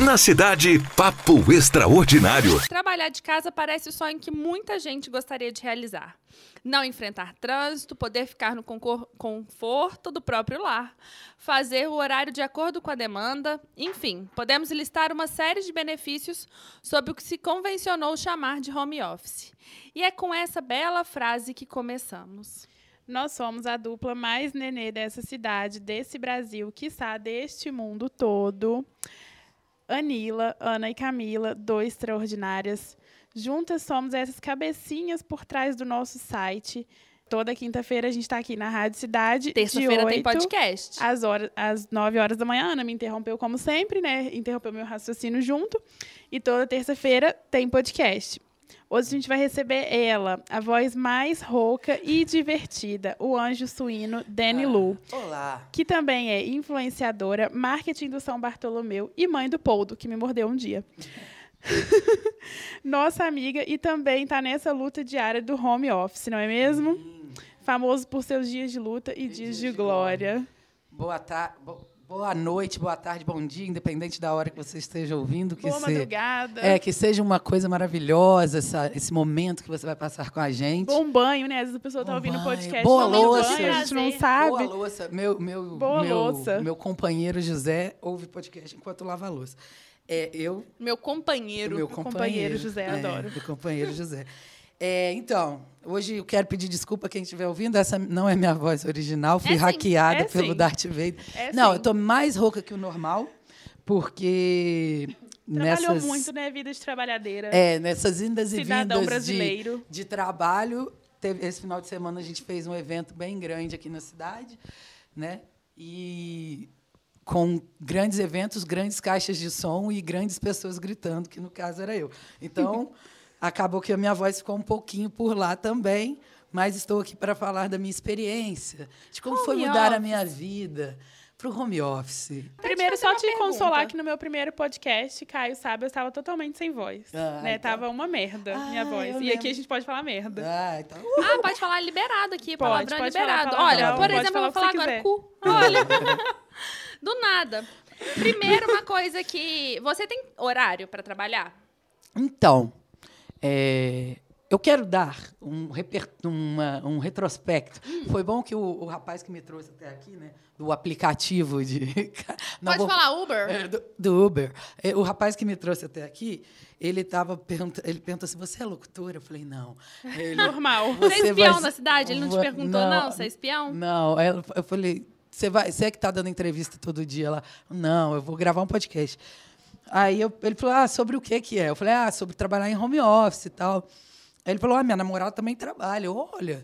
Na cidade, papo extraordinário. Trabalhar de casa parece o sonho que muita gente gostaria de realizar. Não enfrentar trânsito, poder ficar no conforto do próprio lar, fazer o horário de acordo com a demanda, enfim, podemos listar uma série de benefícios sob o que se convencionou chamar de home office. E é com essa bela frase que começamos. Nós somos a dupla mais nenê dessa cidade, desse Brasil, quiçá deste mundo todo. Anila, Ana e Camila, duas extraordinárias. Juntas somos essas cabecinhas por trás do nosso site. Toda quinta-feira a gente está aqui na Rádio Cidade. Terça-feira tem podcast. Às 9 horas da manhã. Ana me interrompeu como sempre, né? Interrompeu meu raciocínio junto. E toda terça-feira tem podcast. Hoje a gente vai receber ela, a voz mais rouca e divertida, o anjo suíno Dani Lu. Olá. Que também é influenciadora, marketing do São Bartolomeu e mãe do Poldo, que me mordeu um dia. Nossa amiga e também está nessa luta diária do home office, não é mesmo? Famoso por seus dias de luta e dias de glória. Boa noite, boa tarde, bom dia, independente da hora que você esteja ouvindo. Boa madrugada. Que seja uma coisa maravilhosa esse momento que você vai passar com a gente. Bom banho, né? Às vezes a pessoa está ouvindo o podcast. Boa louça. Banho, a gente não sabe. Boa louça. Meu companheiro José ouve podcast enquanto lava a louça. Meu companheiro. Meu companheiro José, adoro. Meu companheiro José. Então, hoje eu quero pedir desculpa a quem estiver ouvindo. Essa não é minha voz original. Fui hackeada pelo Darth Vader. Eu estou mais rouca que o normal, porque... Trabalhou muito, né? Vida de trabalhadeira. Nessas indas e Cidadão vindas brasileiro. de trabalho. Esse final de semana a gente fez um evento bem grande aqui na cidade, né? E com grandes eventos, grandes caixas de som e grandes pessoas gritando, que no caso era eu. Então... Acabou que a minha voz ficou um pouquinho por lá também, mas estou aqui para falar da minha experiência, de como foi mudar a minha vida para o home office. Primeiro, só te consolar que no meu primeiro podcast, Caio sabe, eu estava totalmente sem voz. Né? Então... Tava uma merda minha voz. E aqui a gente pode falar merda. Então... pode falar liberado aqui, palavrão pode liberado. Falar Olha, por exemplo, eu vou falar agora cu. Olha, do nada. Primeiro, uma coisa que... Você tem horário para trabalhar? Então... eu quero dar um retrospecto. Foi bom que o rapaz que me trouxe até aqui, né, do aplicativo de... Pode falar Uber? Do Uber. O rapaz que me trouxe até aqui, ele perguntou assim, você é locutora? Eu falei, não. Normal. Você é espião na cidade? Ele não te perguntou, não? Você é espião? Não. Eu falei, você é que está dando entrevista todo dia lá? Não, eu vou gravar um podcast. Aí ele falou, sobre o que é? Eu falei, sobre trabalhar em home office e tal. Aí ele falou, minha namorada também trabalha. Olha,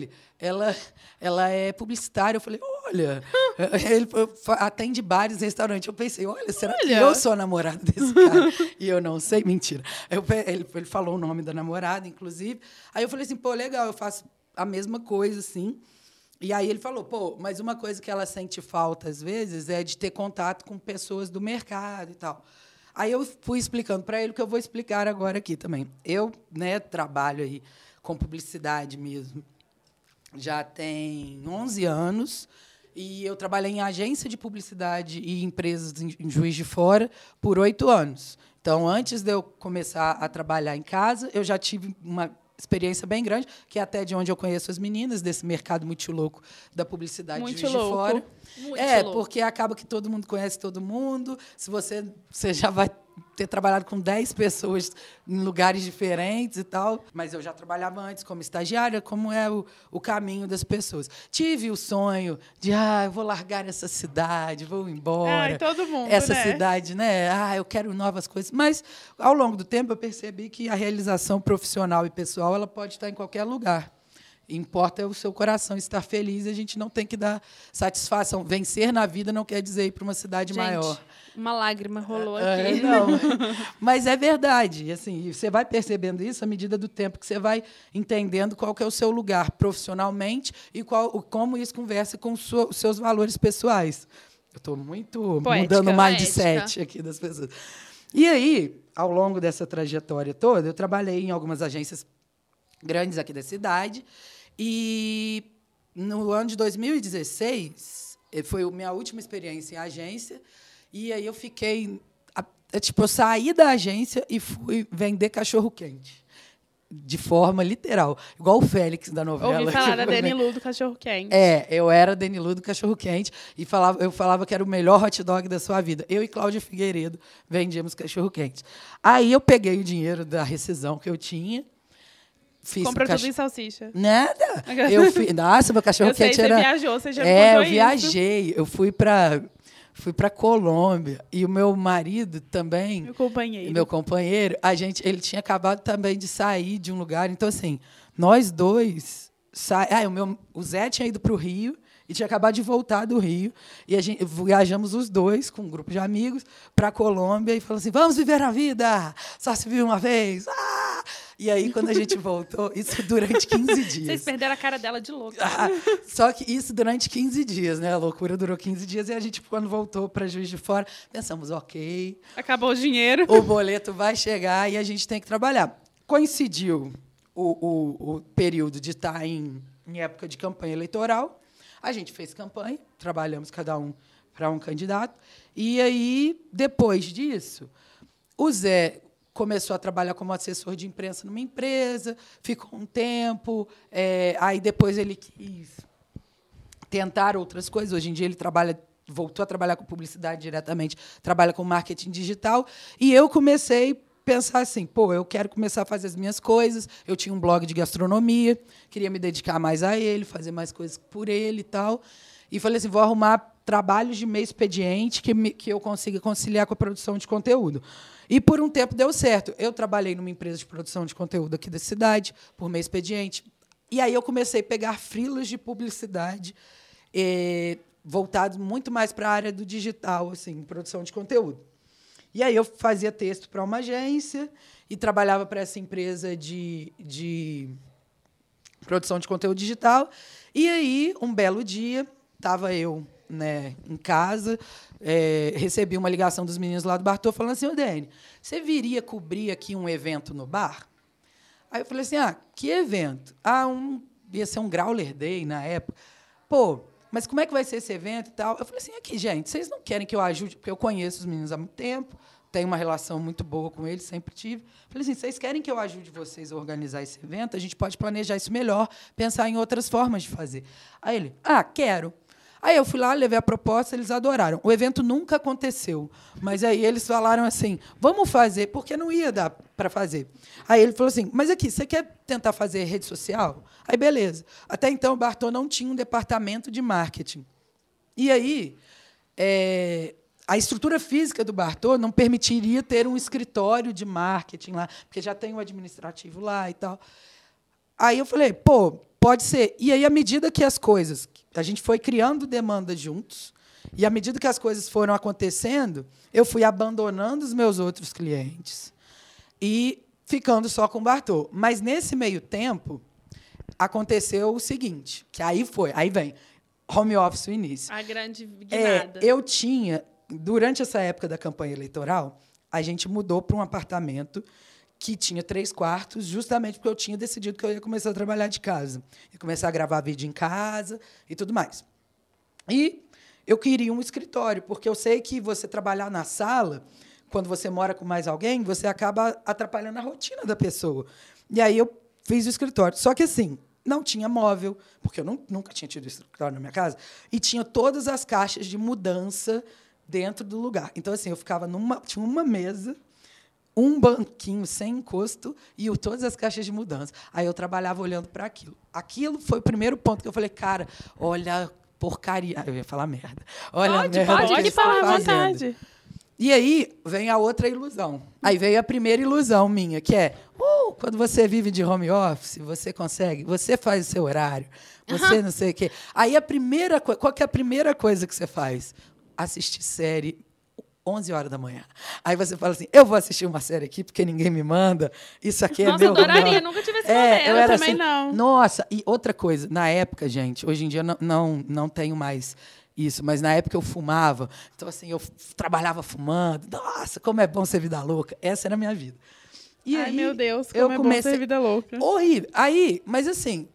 ela é publicitária. Eu falei, olha, ele atende bares, restaurantes. Eu pensei, olha, será que eu sou a namorada desse cara? E eu não sei, mentira. Ele falou o nome da namorada, inclusive. Aí eu falei assim, legal, eu faço a mesma coisa, assim. E aí ele falou, mas uma coisa que ela sente falta, às vezes, é de ter contato com pessoas do mercado e tal. Aí eu fui explicando para ele o que eu vou explicar agora aqui também. Eu, né, trabalho aí com publicidade mesmo. Já tem 11 anos e eu trabalhei em agência de publicidade e empresas em Juiz de Fora por 8 anos. Então, antes de eu começar a trabalhar em casa, eu já tive uma experiência bem grande, que é até de onde eu conheço as meninas, desse mercado muito louco da publicidade de Juiz de Fora. Muito louco. Porque acaba que todo mundo conhece todo mundo. Se você já vai ter trabalhado com 10 pessoas em lugares diferentes e tal. Mas eu já trabalhava antes como estagiária, como é o caminho das pessoas. Tive o sonho de, eu vou largar essa cidade, vou embora. Todo mundo, essa cidade, né? Eu quero novas coisas. Mas, ao longo do tempo, eu percebi que a realização profissional e pessoal ela pode estar em qualquer lugar. Importa o seu coração estar feliz e a gente não tem que dar satisfação. Vencer na vida não quer dizer ir para uma cidade maior. Uma lágrima rolou aqui. Não, mas é verdade. Assim, você vai percebendo isso à medida do tempo que você vai entendendo qual que é o seu lugar profissionalmente e como isso conversa com os seus valores pessoais. Eu estou muito mudando o mindset aqui das pessoas. E aí, ao longo dessa trajetória toda, eu trabalhei em algumas agências grandes aqui da cidade. E, no ano de 2016, foi a minha última experiência em agência. E aí eu fiquei eu saí da agência e fui vender cachorro-quente. De forma literal. Igual o Félix da novela. Ouvi falar da Denilu do cachorro-quente. Eu era a Denilu do cachorro-quente e eu falava que era o melhor hot dog da sua vida. Eu e Cláudia Figueiredo vendíamos cachorro-quente. Aí eu peguei o dinheiro da rescisão que eu tinha. Comprou tudo em salsicha. Nada. Nossa, meu cachorro-quente era... Você viajou, você já me contou eu isso. viajei. Eu fui para Colômbia e o meu marido também, meu companheiro, ele tinha acabado também de sair de um lugar. Então, assim, nós dois... o Zé tinha ido para o Rio e tinha acabado de voltar do Rio. E viajamos os dois, com um grupo de amigos, para Colômbia e falou assim, vamos viver a vida! Só se vive uma vez! Ah! E aí, quando a gente voltou, isso durante 15 dias. Vocês perderam a cara dela de louca. Só que isso durante 15 dias, né? A loucura durou 15 dias. E a gente, quando voltou para Juiz de Fora, pensamos, ok. Acabou o dinheiro. O boleto vai chegar e a gente tem que trabalhar. Coincidiu o período de estar em época de campanha eleitoral. A gente fez campanha, trabalhamos cada um para um candidato. E aí, depois disso, o Zé começou a trabalhar como assessor de imprensa numa empresa, ficou um tempo, aí depois ele quis tentar outras coisas. Hoje em dia ele voltou a trabalhar com publicidade diretamente, trabalha com marketing digital, e eu comecei a pensar assim, eu quero começar a fazer as minhas coisas. Eu tinha um blog de gastronomia, queria me dedicar mais a ele, fazer mais coisas por ele e tal. E falei assim, vou arrumar trabalhos de meio expediente que eu consiga conciliar com a produção de conteúdo. E, por um tempo, deu certo. Eu trabalhei numa empresa de produção de conteúdo aqui da cidade, por meio expediente. E aí eu comecei a pegar freelas de publicidade voltados muito mais para a área do digital, assim, produção de conteúdo. E aí eu fazia texto para uma agência e trabalhava para essa empresa de produção de conteúdo digital. E aí, um belo dia, estava eu, né, em casa, recebi uma ligação dos meninos lá do Bartô falando assim, Dani, você viria cobrir aqui um evento no bar? Aí eu falei assim, que evento? Ia ser um Growler Day na época. Mas como é que vai ser esse evento e tal? Eu falei assim, aqui, gente, vocês não querem que eu ajude? Porque eu conheço os meninos há muito tempo, tenho uma relação muito boa com eles, sempre tive. Falei assim, vocês querem que eu ajude vocês a organizar esse evento? A gente pode planejar isso melhor, pensar em outras formas de fazer. Aí ele, quero. Aí eu fui lá, levei a proposta, eles adoraram. O evento nunca aconteceu, mas aí eles falaram assim, vamos fazer, porque não ia dar para fazer. Aí ele falou assim, mas aqui, você quer tentar fazer rede social? Aí, beleza. Até então, o Bartô não tinha um departamento de marketing. E aí, a estrutura física do Bartô não permitiria ter um escritório de marketing lá, porque já tem o administrativo lá e tal. Aí eu falei, pode ser. E aí, à medida que a gente foi criando demanda juntos, e à medida que as coisas foram acontecendo, eu fui abandonando os meus outros clientes e ficando só com o Bartô. Mas, nesse meio tempo, aconteceu o seguinte, que aí vem home office, o início. A grande guinada. Eu tinha, durante essa época da campanha eleitoral, a gente mudou para um apartamento que tinha 3 quartos, justamente porque eu tinha decidido que eu ia começar a trabalhar de casa. Ia começar a gravar vídeo em casa e tudo mais. E eu queria um escritório, porque eu sei que você trabalhar na sala, quando você mora com mais alguém, você acaba atrapalhando a rotina da pessoa. E aí eu fiz o escritório. Só que, assim, não tinha móvel, porque eu nunca tinha tido escritório na minha casa, e tinha todas as caixas de mudança dentro do lugar. Então, assim, eu ficava tinha uma mesa, um banquinho sem encosto e todas as caixas de mudança. Aí eu trabalhava olhando para aquilo. Aquilo foi o primeiro ponto que eu falei, cara, olha a porcaria. Eu ia falar merda. Olha a merda que eles estão fazendo. E aí vem a outra ilusão. Aí veio a primeira ilusão minha, que é, quando você vive de home office, você consegue, você faz o seu horário, você não sei o quê. Aí qual que é a primeira coisa que você faz? Assistir série 11 horas da manhã. Aí você fala assim, eu vou assistir uma série aqui porque ninguém me manda, isso aqui é meu... Nossa, adoraria, nunca tive esse momento. Eu também assim, não. Nossa, e outra coisa, na época, gente, hoje em dia não tenho mais isso, mas na época eu fumava, então assim, eu trabalhava fumando, nossa, como é bom ser vida louca, essa era a minha vida. E Ai, aí, meu Deus, como é bom ser vida louca. Horrível. Aí, mas assim,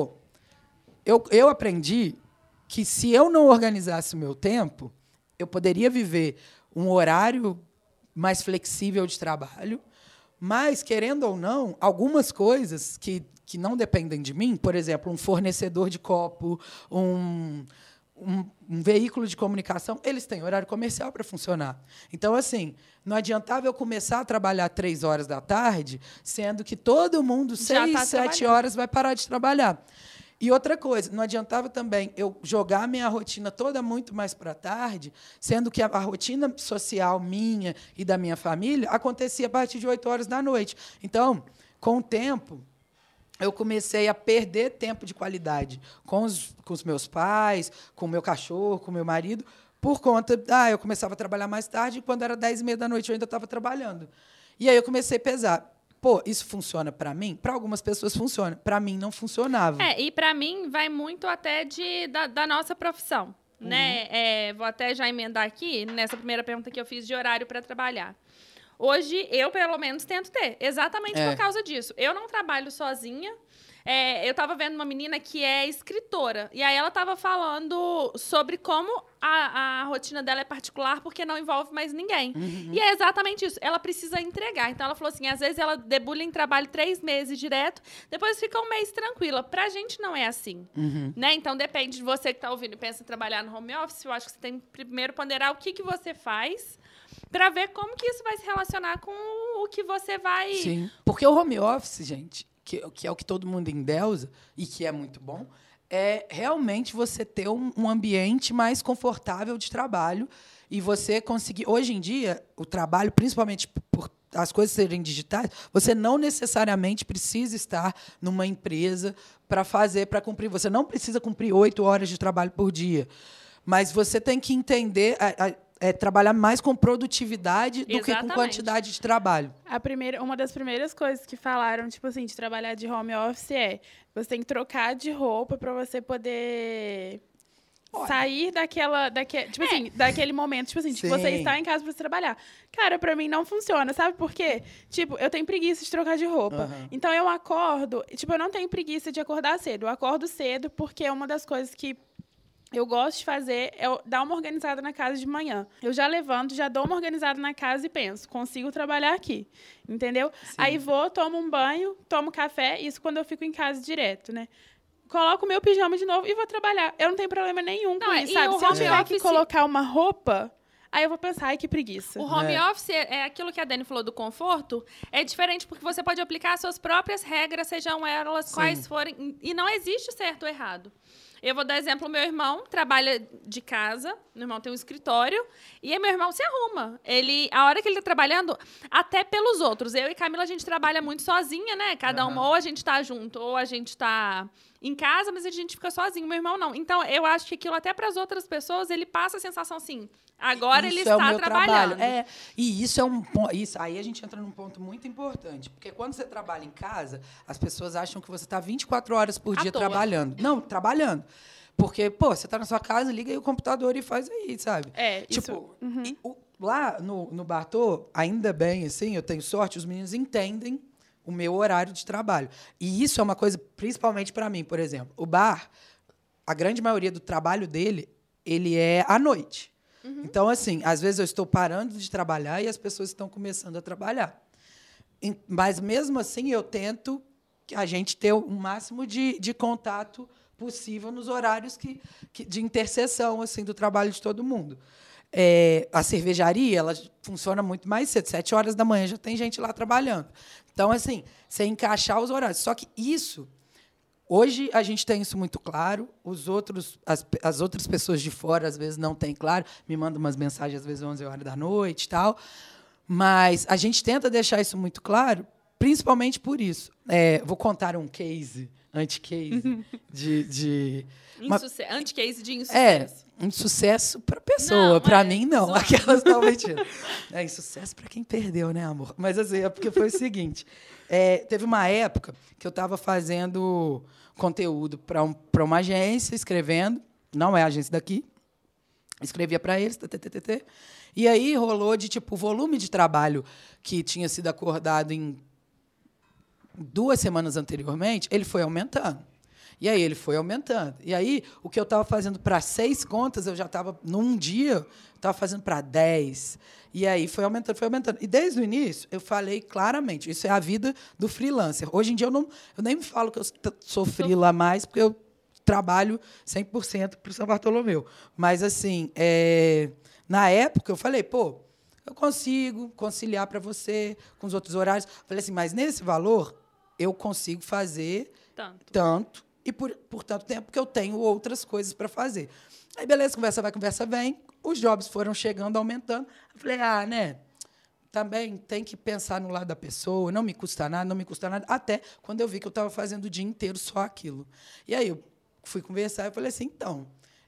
eu aprendi que se eu não organizasse o meu tempo, eu poderia viver um horário mais flexível de trabalho. Mas, querendo ou não, algumas coisas que não dependem de mim, por exemplo, um fornecedor de copo, um veículo de comunicação, eles têm horário comercial para funcionar. Então, assim, não adiantava eu começar a trabalhar 3 horas da tarde, sendo que todo mundo, 6, 7 horas, vai parar de trabalhar. E outra coisa, não adiantava também eu jogar a minha rotina toda muito mais para a tarde, sendo que a rotina social minha e da minha família acontecia a partir de 8 horas da noite. Então, com o tempo, eu comecei a perder tempo de qualidade com os meus pais, com o meu cachorro, com o meu marido, por conta... eu começava a trabalhar mais tarde e, quando era 10h30 da noite, eu ainda estava trabalhando. E aí eu comecei a pesar. Pô, isso funciona para mim? Para algumas pessoas funciona. Para mim, não funcionava. E para mim, vai muito até da nossa profissão. Né? Vou até já emendar aqui, nessa primeira pergunta que eu fiz de horário para trabalhar. Hoje, eu, pelo menos, tento ter. Exatamente por causa disso. Eu não trabalho sozinha. Eu estava vendo uma menina que é escritora. E aí ela estava falando sobre como a rotina dela é particular porque não envolve mais ninguém. E é exatamente isso. Ela precisa entregar. Então, ela falou assim, às vezes ela debulha em trabalho 3 meses direto, depois fica um mês tranquila. Pra gente não é assim. Né? Então, depende de você que está ouvindo e pensa em trabalhar no home office. Eu acho que você tem que primeiro ponderar o que você faz para ver como que isso vai se relacionar com o que você vai... Sim, porque o home office, gente, que é o que todo mundo endeusa e que é muito bom, é realmente você ter um ambiente mais confortável de trabalho e você conseguir... Hoje em dia, o trabalho, principalmente por as coisas serem digitais, você não necessariamente precisa estar numa empresa para cumprir. Você não precisa cumprir 8 horas de trabalho por dia, mas você tem que entender... trabalhar mais com produtividade do que com quantidade de trabalho. Uma das primeiras coisas que falaram, tipo assim, de trabalhar de home office você tem que trocar de roupa para você poder sair daquele momento, tipo assim, de que você está em casa para trabalhar. Cara, para mim não funciona, sabe por quê? Tipo, eu tenho preguiça de trocar de roupa. Então eu acordo, tipo, eu não tenho preguiça de acordar cedo. Eu acordo cedo porque é uma das coisas que eu gosto de fazer é dar uma organizada na casa de manhã. Eu já levanto, já dou uma organizada na casa e penso, consigo trabalhar aqui, entendeu? Sim. Aí tomo um banho, tomo café, isso quando eu fico em casa direto, né? Coloco o meu pijama de novo e vou trabalhar. Eu não tenho problema nenhum com isso, sabe? Se eu tiver que colocar uma roupa... Aí eu vou pensar, ai, que preguiça. O home office é aquilo que a Dani falou do conforto, é diferente porque você pode aplicar as suas próprias regras, sejam elas quais forem, e não existe certo ou errado. Eu vou dar exemplo, meu irmão trabalha de casa, meu irmão tem um escritório, e aí meu irmão se arruma. A hora que ele tá trabalhando, até pelos outros. Eu e Camila, a gente trabalha muito sozinha, né? Cada uma, ou a gente tá junto, ou a gente tá em casa, mas a gente fica sozinho. Meu irmão não. Então, eu acho que aquilo até para as outras pessoas, ele passa a sensação assim, agora ele está trabalhando. E isso aí a gente entra num ponto muito importante. Porque quando você trabalha em casa, as pessoas acham que você está 24 horas por dia trabalhando. Não, trabalhando. Porque, você está na sua casa, liga aí o computador e faz aí, sabe? Tipo, lá no Bartô, ainda bem, assim, eu tenho sorte, os meninos entendem o meu horário de trabalho. E isso é uma coisa, principalmente para mim, por exemplo. O bar, a grande maioria do trabalho dele, ele é à noite. Então, assim, às vezes eu estou parando de trabalhar e as pessoas estão começando a trabalhar. Mas, mesmo assim, eu tento que a gente ter o máximo de contato possível nos horários de interseção assim, do trabalho de todo mundo. A cervejaria ela funciona muito mais cedo, 7 horas da manhã já tem gente lá trabalhando. Então, assim, você encaixar os horários. Só que isso, hoje a gente tem isso muito claro, as outras pessoas de fora, às vezes, não têm claro, me mandam umas mensagens, às vezes, 11 horas da noite e tal, mas a gente tenta deixar isso muito claro, principalmente por isso. Vou contar um case, anti-case, anti-case de insucesso. Insucesso para a pessoa, para mim não. Aquelas estão mentindo. Insucesso para quem perdeu, né, amor? Mas assim, é porque foi o seguinte: teve uma época que eu estava fazendo conteúdo para uma agência, escrevendo, não é a agência daqui, escrevia para eles, e aí rolou de tipo o volume de trabalho que tinha sido acordado em 2 semanas anteriormente, ele foi aumentando. E aí ele foi aumentando. E aí, o que eu estava fazendo para 6 contas, eu já estava, num dia, estava fazendo para 10. E aí foi aumentando, foi aumentando. E desde o início, eu falei claramente, isso é a vida do freelancer. Hoje em dia, eu nem me falo que eu sou freela mais, porque eu trabalho 100% para o São Bartolomeu. Mas, assim, na época, eu falei, pô, eu consigo conciliar para você com os outros horários. Falei assim, mas nesse valor, eu consigo fazer tanto e por tanto tempo que eu tenho outras coisas para fazer. Aí, beleza, conversa vai, conversa vem. Os jobs foram chegando, aumentando. Eu falei, né? Também tem que pensar no lado da pessoa, não me custa nada, não me custa nada. Até quando eu vi que eu estava fazendo o dia inteiro só aquilo. E aí eu fui conversar e falei assim, então,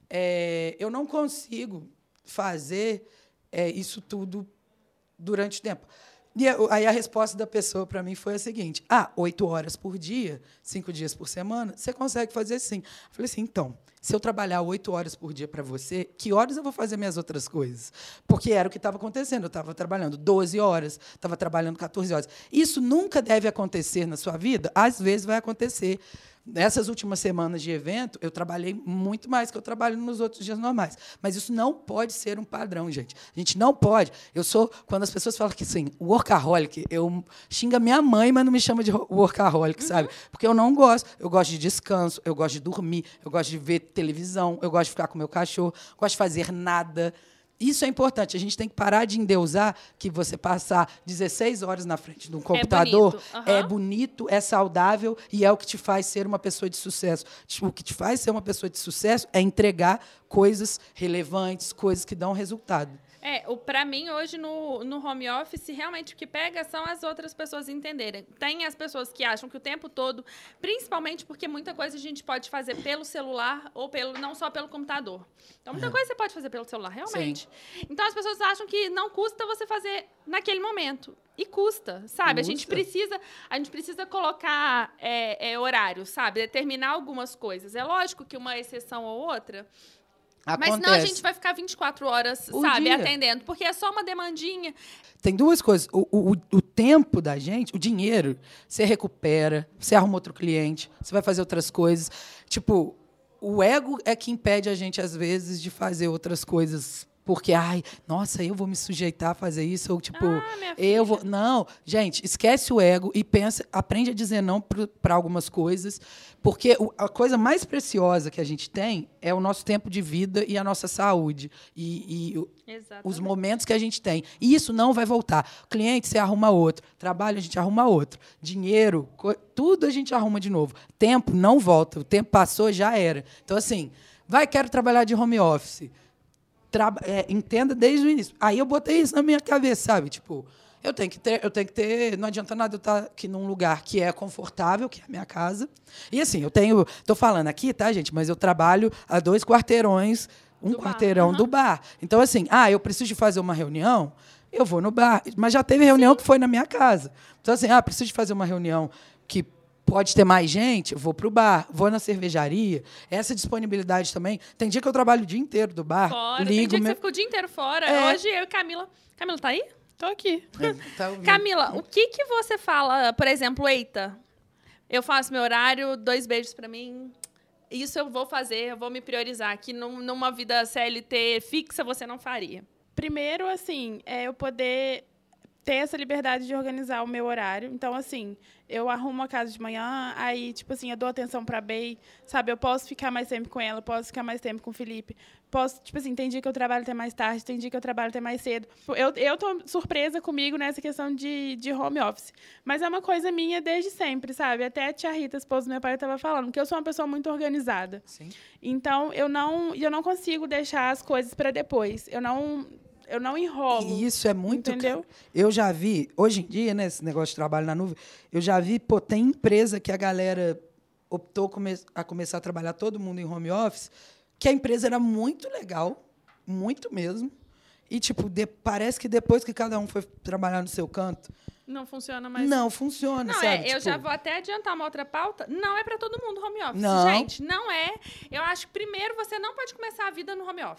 eu não consigo fazer isso tudo durante o tempo. E aí a resposta da pessoa para mim foi a seguinte, 8 horas por dia, 5 dias por semana, você consegue fazer sim. Eu falei assim, então, se eu trabalhar 8 horas por dia para você, que horas eu vou fazer minhas outras coisas? Porque era o que estava acontecendo. Eu estava trabalhando 12 horas, estava trabalhando 14 horas. Isso nunca deve acontecer na sua vida? Às vezes vai acontecer. Nessas últimas semanas de evento, eu trabalhei muito mais que eu trabalho nos outros dias normais. Mas isso não pode ser um padrão, gente. A gente não pode. Quando as pessoas falam que, assim, workaholic, eu xingo a minha mãe, mas não me chama de workaholic, sabe? Porque eu não gosto. Eu gosto de descanso, eu gosto de dormir, eu gosto de ver televisão, eu gosto de ficar com o meu cachorro, eu gosto de fazer nada. Isso é importante. A gente tem que parar de endeusar que você passar 16 horas na frente de um computador é bonito, é saudável e é o que te faz ser uma pessoa de sucesso. O que te faz ser uma pessoa de sucesso é entregar coisas relevantes, coisas que dão resultado. Para mim, hoje, no home office, realmente o que pega são as outras pessoas entenderem. Tem as pessoas que acham que o tempo todo, principalmente porque muita coisa a gente pode fazer pelo celular ou não só pelo computador. Então, muita coisa você pode fazer pelo celular, realmente. Sim. Então, as pessoas acham que não custa você fazer naquele momento. E custa, sabe? A gente precisa colocar horário, sabe? Determinar algumas coisas. É lógico que uma exceção ou outra... Acontece. Mas não, a gente vai ficar 24 horas, sabe, atendendo. Porque é só uma demandinha. Tem duas coisas. O tempo da gente, o dinheiro, você recupera, você arruma outro cliente, você vai fazer outras coisas. Tipo, o ego é que impede a gente, às vezes, de fazer outras coisas. Porque, nossa, eu vou me sujeitar a fazer isso, ou tipo, eu vou... Não, gente, esquece o ego e aprende a dizer não para algumas coisas, porque a coisa mais preciosa que a gente tem é o nosso tempo de vida e a nossa saúde, e os momentos que a gente tem. E isso não vai voltar. Cliente, você arruma outro. Trabalho, a gente arruma outro. Dinheiro, tudo a gente arruma de novo. Tempo não volta. O tempo passou, já era. Então, assim, quero trabalhar de home office. Entenda desde o início. Aí eu botei isso na minha cabeça, sabe? Tipo, eu tenho que ter... Não adianta nada eu estar aqui num lugar que é confortável, que é a minha casa. E, assim, estou falando aqui, tá, gente? Mas eu trabalho a 2 quarteirões, quarteirão do bar. Então, assim, eu preciso de fazer uma reunião, eu vou no bar. Mas já teve reunião que foi na minha casa. Então, assim, preciso de fazer uma reunião que pode ter mais gente, eu vou para o bar, vou na cervejaria. Essa disponibilidade também. Tem dia que eu trabalho o dia inteiro do bar. Fora. Tem dia que você ficou o dia inteiro fora. Hoje eu e Camila... Camila, tá aí? Tô aqui. Camila, o que você fala, por exemplo, eita, eu faço meu horário, 2 beijos para mim, isso eu vou fazer, eu vou me priorizar, que numa vida CLT fixa você não faria? Primeiro, assim, eu poder ter essa liberdade de organizar o meu horário. Então, assim, eu arrumo a casa de manhã, aí, tipo assim, eu dou atenção pra Bey, sabe? Eu posso ficar mais tempo com ela, posso ficar mais tempo com o Felipe. Posso, tipo assim, tem dia que eu trabalho até mais tarde, tem dia que eu trabalho até mais cedo. Eu tô surpresa comigo nessa questão de home office. Mas é uma coisa minha desde sempre, sabe? Até a tia Rita, esposa do meu pai, estava falando, que eu sou uma pessoa muito organizada. Sim. Então, eu não consigo deixar as coisas para depois. Eu não enrolo. E isso é muito... Entendeu? Eu já vi, hoje em dia, né, esse negócio de trabalho na nuvem, eu já vi, tem empresa que a galera optou a começar a trabalhar todo mundo em home office, que a empresa era muito legal, muito mesmo, e, tipo, parece que depois que cada um foi trabalhar no seu canto... Não funciona mais. Não funciona, sabe? Eu já vou até adiantar uma outra pauta. Não é para todo mundo home office, não. gente. Não é. Eu acho que, primeiro, você não pode começar a vida no home office.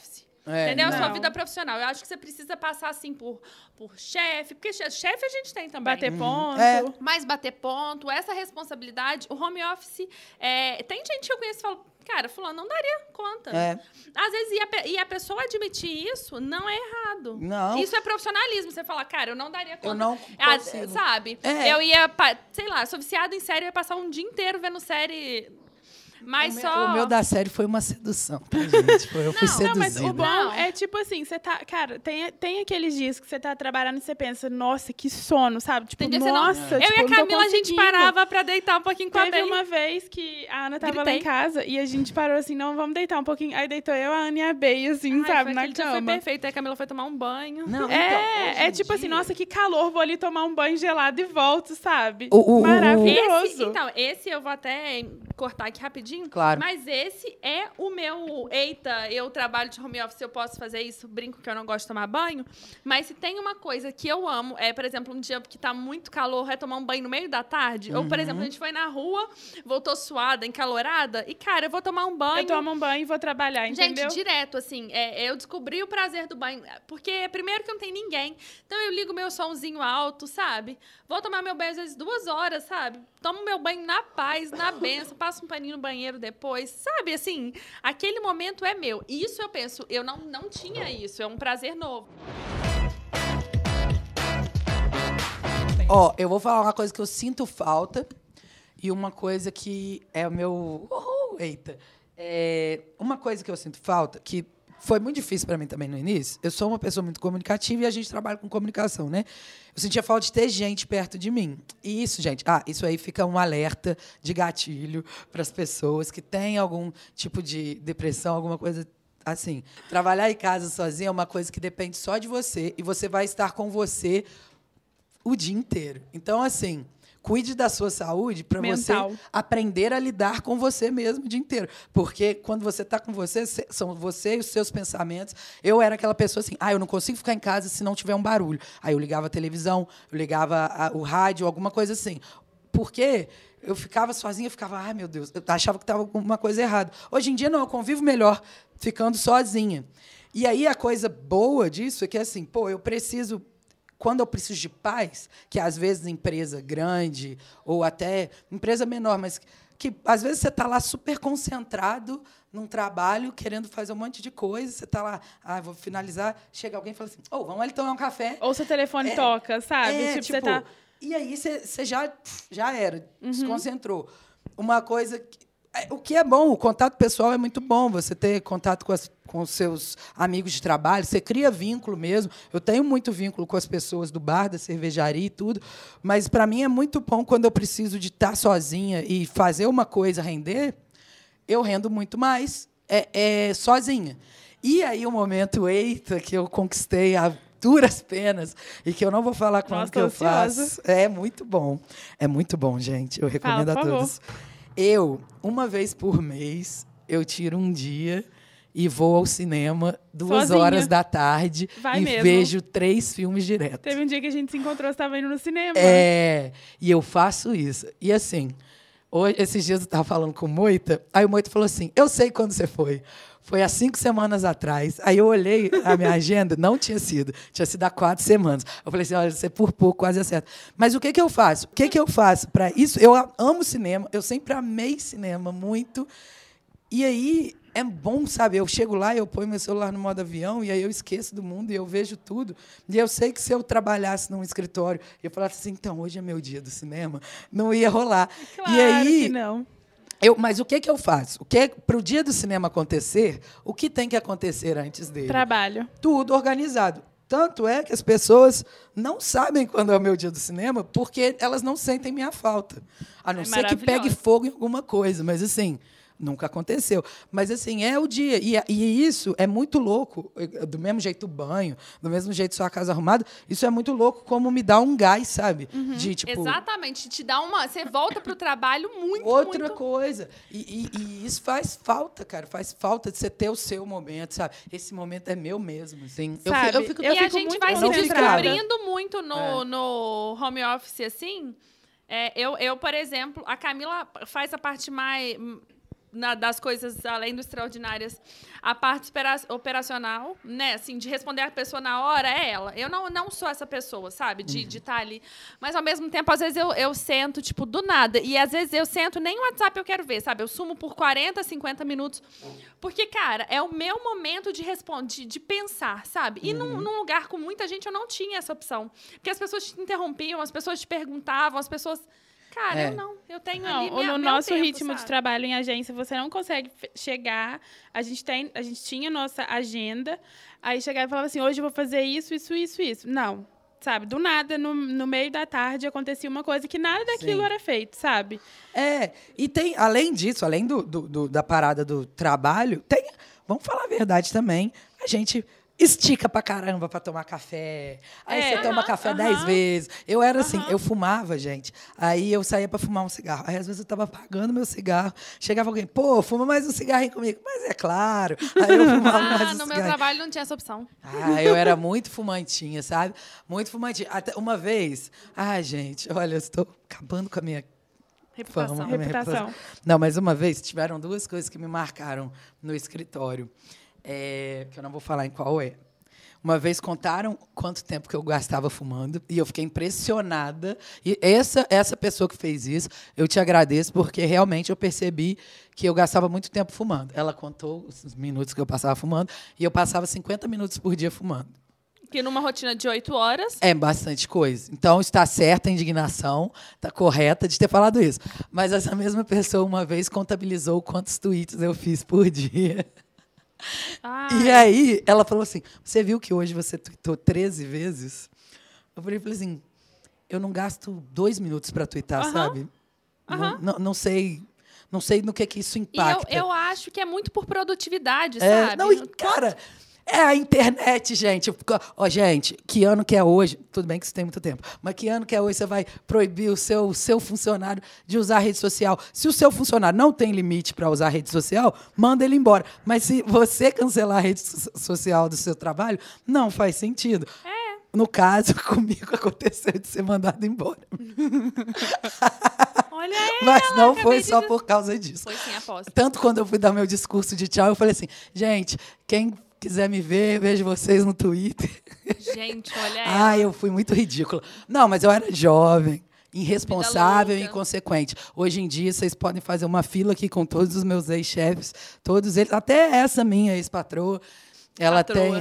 Entendeu? A sua Não. vida profissional. Eu acho que você precisa passar, assim, por chefe. Porque chefe a gente tem também. Bater ponto. Mas bater ponto, essa responsabilidade, o home office... tem gente que eu conheço que fala, cara, fulano, não daria conta. Às vezes, e a pessoa admitir isso não é errado. Não. Isso é profissionalismo. Você fala, cara, eu não daria conta. Eu não consigo. Sabe? Eu ia, sei lá, sou viciada em série, eu ia passar um dia inteiro vendo série... Mas O meu da série foi uma sedução, tá, gente? Eu fui seduzida. Não, mas o bom é tipo assim, você tá... Cara, tem aqueles dias que você tá trabalhando e você pensa, nossa, que sono, sabe? Tipo, Tem dia que você não- nossa, Eu tipo, e a não tô Camila, a gente conseguindo. parava pra deitar um pouquinho com a Teve Bey. uma vez que a Ana tava lá Gritei. em casa e a gente parou assim, não, vamos deitar um pouquinho. Aí deitou eu, a Ana e a Bey, assim, Ai, sabe, foi na aquele dia foi cama. perfeito. Aí a Camila foi tomar um banho. Não, É então, hoje em tipo assim, dia- nossa, que calor, vou ali tomar um banho gelado e volto, sabe? O- Maravilhoso. Esse eu vou até cortar aqui rapidinho. Claro. Mas esse é o meu... Eita, eu trabalho de home office, eu posso fazer isso. Brinco que eu não gosto de tomar banho. Mas se tem uma coisa que eu amo, por exemplo, um dia que tá muito calor, é tomar um banho no meio da tarde. Ou, por exemplo, a gente foi na rua, voltou suada, encalorada. E, cara, eu vou tomar um banho... Eu tomo um banho e vou trabalhar, entendeu? Gente, direto, assim, eu descobri o prazer do banho, porque primeiro que não tem ninguém, então eu ligo meu somzinho alto, sabe? Vou tomar meu banho às vezes 2 horas, sabe? Tomo meu banho na paz, na benção, passo um paninho no banheiro depois, sabe? Assim, aquele momento é meu. Isso eu penso, eu não tinha isso, é um prazer novo. Ó, eu vou falar uma coisa que eu sinto falta e uma coisa que é o meu... eita. Uma coisa que eu sinto falta, que foi muito difícil para mim também no início. Eu sou uma pessoa muito comunicativa e a gente trabalha com comunicação, né? Eu sentia falta de ter gente perto de mim. E isso, gente, isso aí fica um alerta de gatilho para as pessoas que têm algum tipo de depressão, alguma coisa assim. Trabalhar em casa sozinha é uma coisa que depende só de você e você vai estar com você o dia inteiro. Então, assim, cuide da sua saúde para você Mental. aprender a lidar com você mesmo o dia inteiro. Porque quando você está com você, são você e os seus pensamentos. Eu era aquela pessoa assim, eu não consigo ficar em casa se não tiver um barulho. Aí eu ligava a televisão, eu ligava o rádio, alguma coisa assim. Porque eu ficava sozinha, eu ficava, ai, meu Deus, eu achava que estava alguma coisa errada. Hoje em dia, não, eu convivo melhor ficando sozinha. E aí, a coisa boa disso é que, assim, eu preciso... Quando eu preciso de paz, que às vezes empresa grande ou até empresa menor, mas que às vezes você está lá super concentrado num trabalho, querendo fazer um monte de coisa, você está lá, vou finalizar, chega alguém e fala assim, vamos ali tomar um café. Ou seu telefone toca, sabe? Tipo, você tá... E aí você já era, desconcentrou. Uma coisa... O que é bom, o contato pessoal é muito bom, você ter contato com os seus amigos de trabalho, você cria vínculo mesmo. Eu tenho muito vínculo com as pessoas do bar, da cervejaria e tudo, mas, para mim, é muito bom quando eu preciso de estar sozinha e fazer uma coisa render, eu rendo muito mais sozinha. E aí o momento, que eu conquistei a duras penas e que eu não vou falar quando que eu faço. É muito bom, gente. Eu recomendo a todos. Uma vez por mês, eu tiro um dia e vou ao cinema 2 horas da tarde vejo 3 filmes direto. Teve um dia que a gente se encontrou, você estava indo no cinema. E eu faço isso. E assim, esses dias eu estava falando com o Moita, aí o Moita falou assim, eu sei quando você foi. Foi há 5 semanas atrás. Aí eu olhei a minha agenda, não tinha sido. Tinha sido há 4 semanas. Eu falei assim, olha, você por pouco quase acerta. Mas o que eu faço? O que eu faço para isso? Eu amo cinema, eu sempre amei cinema muito. E aí é bom, sabe? Eu chego lá, eu ponho meu celular no modo avião e aí eu esqueço do mundo e eu vejo tudo. E eu sei que se eu trabalhasse num escritório e eu falasse assim, então, hoje é meu dia do cinema, não ia rolar. Claro e aí, que não. Mas o que eu faço? Para o dia do cinema acontecer, o que tem que acontecer antes dele? Trabalho. Tudo organizado. Tanto é que as pessoas não sabem quando é o meu dia do cinema, porque elas não sentem minha falta. A não ser que pegue fogo em alguma coisa, mas assim... Nunca aconteceu. Mas, assim, é o dia. E isso é muito louco. Do mesmo jeito o banho, do mesmo jeito sua casa arrumada, isso é muito louco como me dá um gás, sabe? De, tipo, exatamente. Te dá uma... Você volta pro trabalho muito, outra muito... coisa. E isso faz falta, cara. Faz falta de você ter o seu momento, sabe? Esse momento é meu mesmo, assim. Sabe, Eu fico E a gente vai se concentrada. descobrindo muito no home office, assim. Eu, por exemplo, a Camila faz a parte das coisas além do extraordinárias, a parte operacional, né? Assim, de responder a pessoa na hora é ela. Eu não sou essa pessoa, sabe? De estar ali. Mas, ao mesmo tempo, às vezes eu sento, tipo, do nada. E, às vezes, eu sento, nem o WhatsApp eu quero ver, sabe? Eu sumo por 40, 50 minutos. Porque, cara, é o meu momento de responder, de pensar, sabe? E num lugar com muita gente, eu não tinha essa opção. Porque as pessoas te interrompiam, as pessoas te perguntavam, as pessoas... Cara, eu não. Eu tenho ali no meu nosso tempo, ritmo sabe? de trabalho em agência, você não consegue chegar. A gente tinha nossa agenda, aí chegava e falava assim, hoje eu vou fazer isso. Não, sabe? Do nada, no meio da tarde, acontecia uma coisa que nada daquilo era feito, sabe? E tem, além disso, além da parada do trabalho, tem, vamos falar a verdade também, a gente... estica pra caramba pra tomar café. Aí você toma café 10 vezes. Eu era assim, eu fumava, gente. Aí eu saía pra fumar um cigarro. Aí às vezes eu tava apagando meu cigarro. Chegava alguém, pô, fuma mais um cigarrinho comigo. Mas é claro. Aí eu fumava mais um no meu cigarro. trabalho não tinha essa opção. Eu era muito fumantinha, sabe? Muito fumantinha. Até uma vez... gente, olha, eu estou acabando com a minha... Reputação. fama, com a minha reputação. Não, mas uma vez tiveram 2 coisas que me marcaram no escritório. Que eu não vou falar em qual é. Uma vez contaram quanto tempo que eu gastava fumando e eu fiquei impressionada. E essa pessoa que fez isso, eu te agradeço, porque realmente eu percebi que eu gastava muito tempo fumando. Ela contou os minutos que eu passava fumando e eu passava 50 minutos por dia fumando. Que numa rotina de 8 horas... É bastante coisa. Então, está certa a indignação, está correta de ter falado isso. Mas essa mesma pessoa, uma vez, contabilizou quantos tweets eu fiz por dia. E aí, ela falou assim, você viu que hoje você tweetou 13 vezes? Eu falei assim, eu não gasto 2 minutos para tweetar, sabe? Não sei no que isso impacta. E eu acho que é muito por produtividade, sabe? Cara... É a internet, gente. Gente, que ano que é hoje? Tudo bem que isso tem muito tempo. Mas que ano que é hoje você vai proibir o seu funcionário de usar a rede social? Se o seu funcionário não tem limite para usar a rede social, manda ele embora. Mas se você cancelar a rede social do seu trabalho, não faz sentido. No caso, comigo aconteceu de ser mandado embora. Olha ela, mas não foi só por causa disso. Foi sim, aposto. Tanto quando eu fui dar meu discurso de tchau, eu falei assim, gente, quem quiser me ver, vejo vocês no Twitter. Gente, olha ela. Eu fui muito ridícula. Não, mas eu era jovem, irresponsável e inconsequente. Hoje em dia, vocês podem fazer uma fila aqui com todos os meus ex-chefes, todos eles, até essa minha ex-patroa. Ela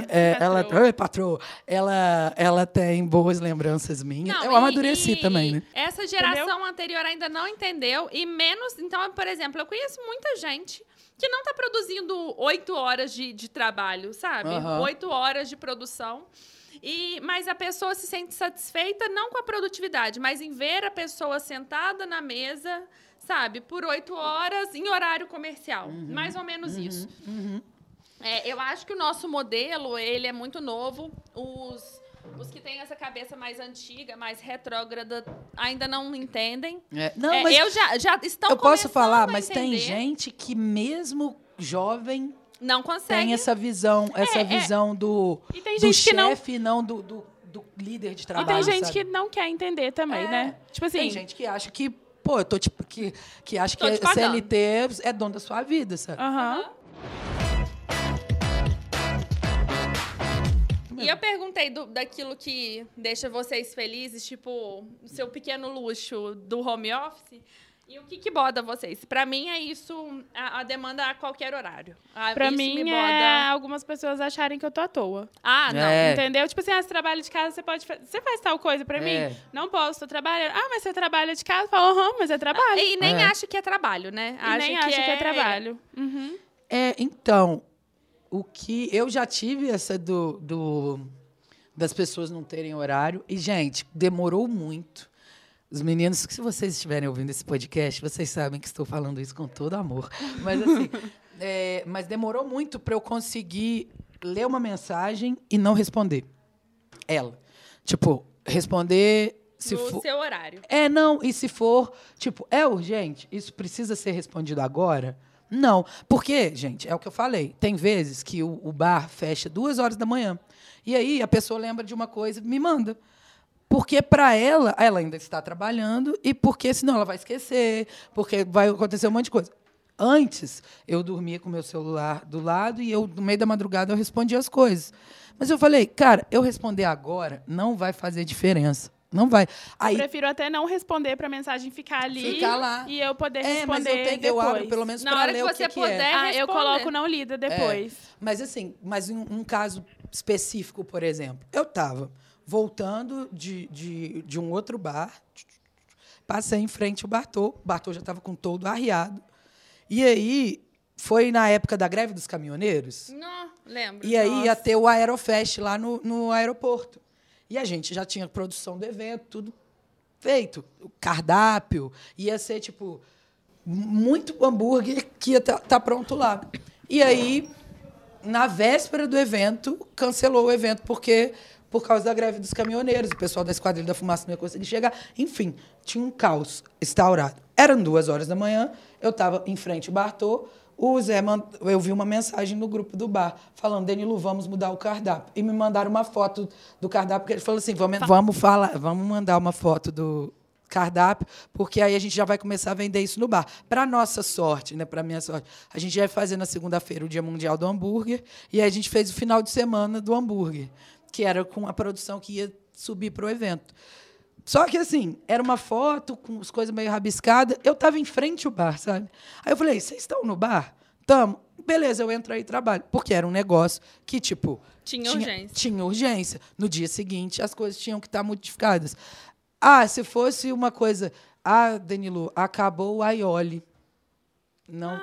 tem boas lembranças minhas. Eu amadureci também, né? Essa geração anterior ainda não entendeu. E menos... Então, por exemplo, eu conheço muita gente que não está produzindo 8 horas de trabalho, sabe? 8 horas de produção. Mas a pessoa se sente satisfeita não com a produtividade, mas em ver a pessoa sentada na mesa, sabe? Por 8 horas em horário comercial. Mais ou menos isso. Eu acho que o nosso modelo, ele é muito novo. Os que têm essa cabeça mais antiga, mais retrógrada, ainda não entendem. Mas eu já estão eu posso falar, a mas entender. tem gente que mesmo jovem não consegue. Tem essa visão, visão do chefe, não do líder de trabalho. E tem gente sabe? que não quer entender também, né? Tipo assim, tem gente que acha que, eu tô que acha que CLT é dono da sua vida, sabe? E eu perguntei daquilo que deixa vocês felizes, tipo, o seu pequeno luxo do home office. E o que boda vocês? Pra mim é isso, a demanda a qualquer horário. Pra isso mim me boda... é algumas pessoas acharem que eu tô à toa. Não. Entendeu? Tipo assim, você trabalha de casa, você faz tal coisa pra mim? Não posso, tô trabalhando. Mas você trabalha de casa? Fala, mas é trabalho. E nem acha que é trabalho, né? Acha que é trabalho. Então, o que eu já tive essa das pessoas não terem horário. E, gente, demorou muito. Os meninos, se vocês estiverem ouvindo esse podcast, vocês sabem que estou falando isso com todo amor. Mas, assim, mas demorou muito para eu conseguir ler uma mensagem e não responder ela. Tipo, responder... No seu horário. Não. E se for, tipo, é urgente? Isso precisa ser respondido agora? Não. Porque, gente, é o que eu falei. Tem vezes que o bar fecha 2 horas da manhã. E aí a pessoa lembra de uma coisa e me manda. Porque, para ela ainda está trabalhando e porque, senão, ela vai esquecer, porque vai acontecer um monte de coisa. Antes, eu dormia com o meu celular do lado e eu, no meio da madrugada, eu respondia as coisas. Mas eu falei, cara, eu responder agora não vai fazer diferença. Não vai. Aí, Eu prefiro até não responder pra mensagem ficar ali Ficar lá. e eu poder mas responder eu depois. eu abro pelo menos Na para hora ler que o você que puder, é. eu responder. coloco não lida depois. Mas assim, um caso específico, por exemplo. Eu estava voltando de um outro bar, passei em frente ao Bartô. O Bartô já estava com todo arriado. E aí, foi na época da greve dos caminhoneiros. Não, lembro. E aí ia ter o Aerofest lá no aeroporto. E a gente já tinha produção do evento, tudo feito. O cardápio, ia ser, tipo, muito hambúrguer que ia estar pronto lá. E aí, na véspera do evento, cancelou o evento por causa da greve dos caminhoneiros. O pessoal da Esquadrilha da Fumaça não ia conseguir chegar. Enfim, tinha um caos instaurado. Eram 2h da manhã, eu estava em frente ao Bartô. O Zé, eu vi uma mensagem no grupo do bar falando, Danilo, vamos mudar o cardápio. E me mandaram uma foto do cardápio, porque ele falou assim, vamos mandar uma foto do cardápio, porque aí a gente já vai começar a vender isso no bar. Para nossa sorte, né, para minha sorte, a gente vai fazer na segunda-feira o Dia Mundial do Hambúrguer, e aí a gente fez o final de semana do hambúrguer, que era com a produção que ia subir para o evento. Só que, assim, era uma foto com as coisas meio rabiscadas. Eu estava em frente ao bar, sabe? Aí eu falei, vocês estão no bar? Tamo. Beleza, eu entro aí e trabalho. Porque era um negócio que, tipo... Tinha urgência. Tinha urgência. No dia seguinte, as coisas tinham que estar modificadas. Se fosse uma coisa... Danilo, acabou o aioli. Não.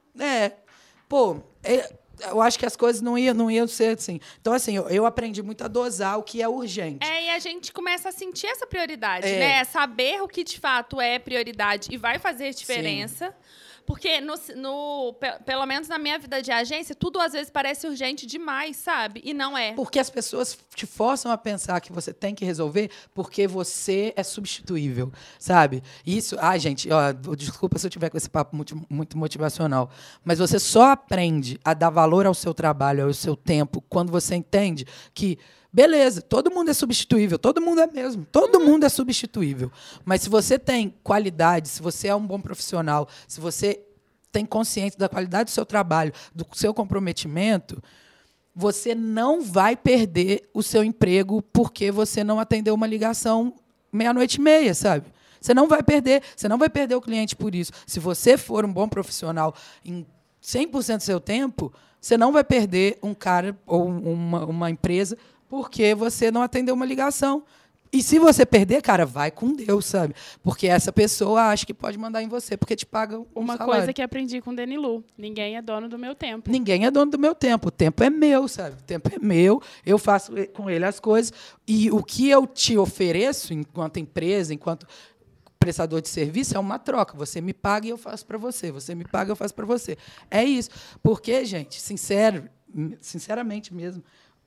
Eu acho que as coisas não iam ser assim. Então, assim, eu aprendi muito a dosar o que é urgente. E a gente começa a sentir essa prioridade, né? Saber o que de fato é prioridade e vai fazer diferença. Sim. Porque, pelo menos na minha vida de agência, tudo às vezes parece urgente demais, sabe? E não é. Porque as pessoas te forçam a pensar que você tem que resolver porque você é substituível, sabe? Isso... gente, desculpa se eu tiver com esse papo muito motivacional, mas você só aprende a dar valor ao seu trabalho, ao seu tempo, quando você entende que... Beleza, todo mundo é substituível, todo mundo é mesmo, todo mundo é substituível. Mas se você tem qualidade, se você é um bom profissional, se você tem consciência da qualidade do seu trabalho, do seu comprometimento, você não vai perder o seu emprego porque você não atendeu uma ligação 00:30, sabe? Você não vai perder o cliente por isso. Se você for um bom profissional em 100% do seu tempo, você não vai perder um cara ou uma empresa porque você não atendeu uma ligação. E se você perder, cara, vai com Deus, sabe? Porque essa pessoa acha que pode mandar em você, porque te paga Uma salário. coisa que aprendi com o Danilu, ninguém é dono do meu tempo. Ninguém é dono do meu tempo. O tempo é meu, sabe? O tempo é meu, eu faço com ele as coisas. E o que eu te ofereço, enquanto empresa, enquanto prestador de serviço, é uma troca. Você me paga e eu faço para você. Você me paga e eu faço para você. É isso. Porque, gente, sinceramente mesmo,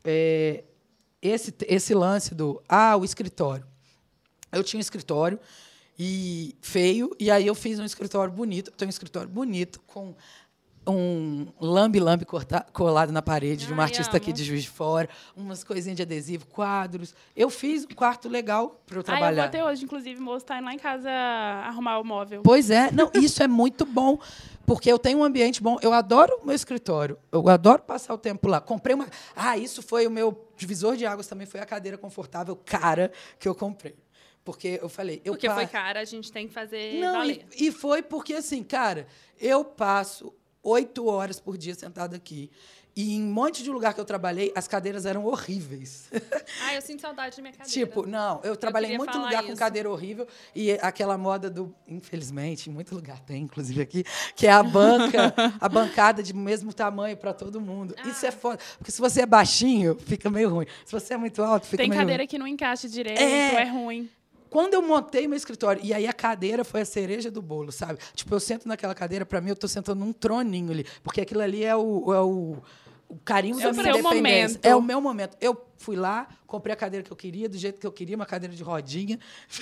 esse lance do o escritório. Eu tinha um escritório feio, e aí eu fiz um escritório bonito. Eu tenho um escritório bonito, com um lambe-lambe colado na parede de uma artista aqui de Juiz de Fora, umas coisinhas de adesivo, quadros. Eu fiz um quarto legal para eu trabalhar. Eu vou até hoje, inclusive, o moço está indo lá em casa arrumar o móvel. Pois é. Não, isso é muito bom, porque eu tenho um ambiente bom. Eu adoro o meu escritório. Eu adoro passar o tempo lá. Comprei uma... isso foi o meu divisor de águas também, foi a cadeira confortável cara que eu comprei. Porque eu falei... Porque foi cara, a gente tem que fazer valer. E foi porque, assim, cara, eu passo 8 horas por dia sentada aqui. E em um monte de lugar que eu trabalhei, as cadeiras eram horríveis. Eu sinto saudade da minha cadeira. Tipo, não, eu trabalhei em muito lugar com cadeira horrível. E aquela moda do... Infelizmente, em muito lugar tem, inclusive aqui, que é a bancada de mesmo tamanho para todo mundo. Isso é foda. Porque se você é baixinho, fica meio ruim. Se você é muito alto, fica meio ruim. Tem cadeira que não encaixa direito, é ruim. Quando eu montei meu escritório, e aí a cadeira foi a cereja do bolo, sabe? Tipo, eu sento naquela cadeira, para mim, eu estou sentando num troninho ali. Porque aquilo ali é o carinho da minha independência. É o meu momento. Eu fui lá, comprei a cadeira que eu queria, do jeito que eu queria, uma cadeira de rodinha,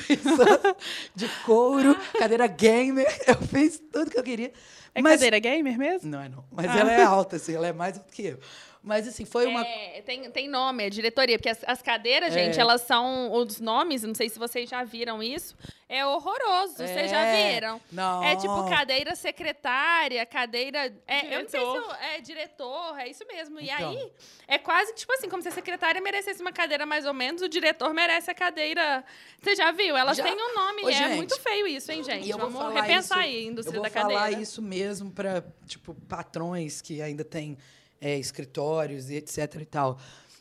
de couro, cadeira gamer. Eu fiz tudo que eu queria. É cadeira gamer mesmo? Não é não. Mas ela é alta, assim, ela é mais alta que eu. Mas, assim, foi uma... Tem nome, é diretoria, porque as cadeiras, gente, elas são os nomes, não sei se vocês já viram isso, é horroroso, vocês já viram? Não. É tipo cadeira secretária, cadeira... eu não sei se é diretor, é isso mesmo. E Então. aí, é quase tipo assim, como se a secretária merecesse uma cadeira mais ou menos, o diretor merece a cadeira... Você já viu? Elas têm um nome, Ô, é gente, muito feio isso, hein, gente? E eu vou Vamos falar repensar isso, aí a indústria eu da vou cadeira. falar isso mesmo para, tipo, patrões que ainda têm escritórios e etc e tal.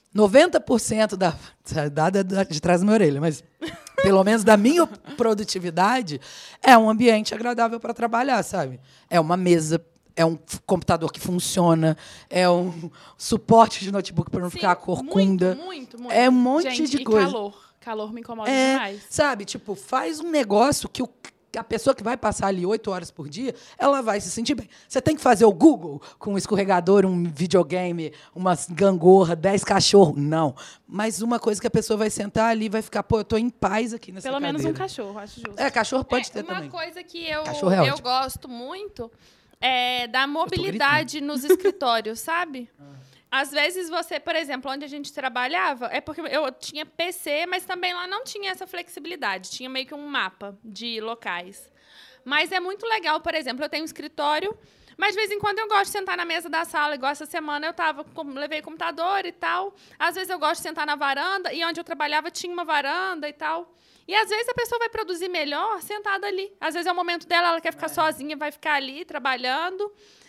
90% de trás da minha orelha, mas pelo menos da minha produtividade é um ambiente agradável para trabalhar, sabe? É uma mesa, é um computador que funciona, é um suporte de notebook para não Sim, ficar corcunda. muito. É um monte Gente, de e coisa. calor me incomoda demais. Sabe, tipo, faz um negócio que a pessoa que vai passar ali 8 horas por dia, ela vai se sentir bem. Você tem que fazer o Google com um escorregador, um videogame, uma gangorra, 10 cachorros. Não. Mas uma coisa que a pessoa vai sentar ali e vai ficar, pô, eu tô em paz aqui nessa Pelo cadeira. menos um cachorro, acho justo. Cachorro pode ter uma também. coisa que Cachorro é eu ótimo. gosto muito é da mobilidade nos escritórios, sabe? Às vezes você, por exemplo, onde a gente trabalhava, é porque eu tinha PC, mas também lá não tinha essa flexibilidade. Tinha meio que um mapa de locais. Mas é muito legal, por exemplo, eu tenho um escritório, mas de vez em quando eu gosto de sentar na mesa da sala, igual essa semana levei computador e tal. Às vezes eu gosto de sentar na varanda, e onde eu trabalhava tinha uma varanda e tal. E às vezes a pessoa vai produzir melhor sentada ali. Às vezes é o momento dela, ela quer ficar sozinha, vai ficar ali trabalhando.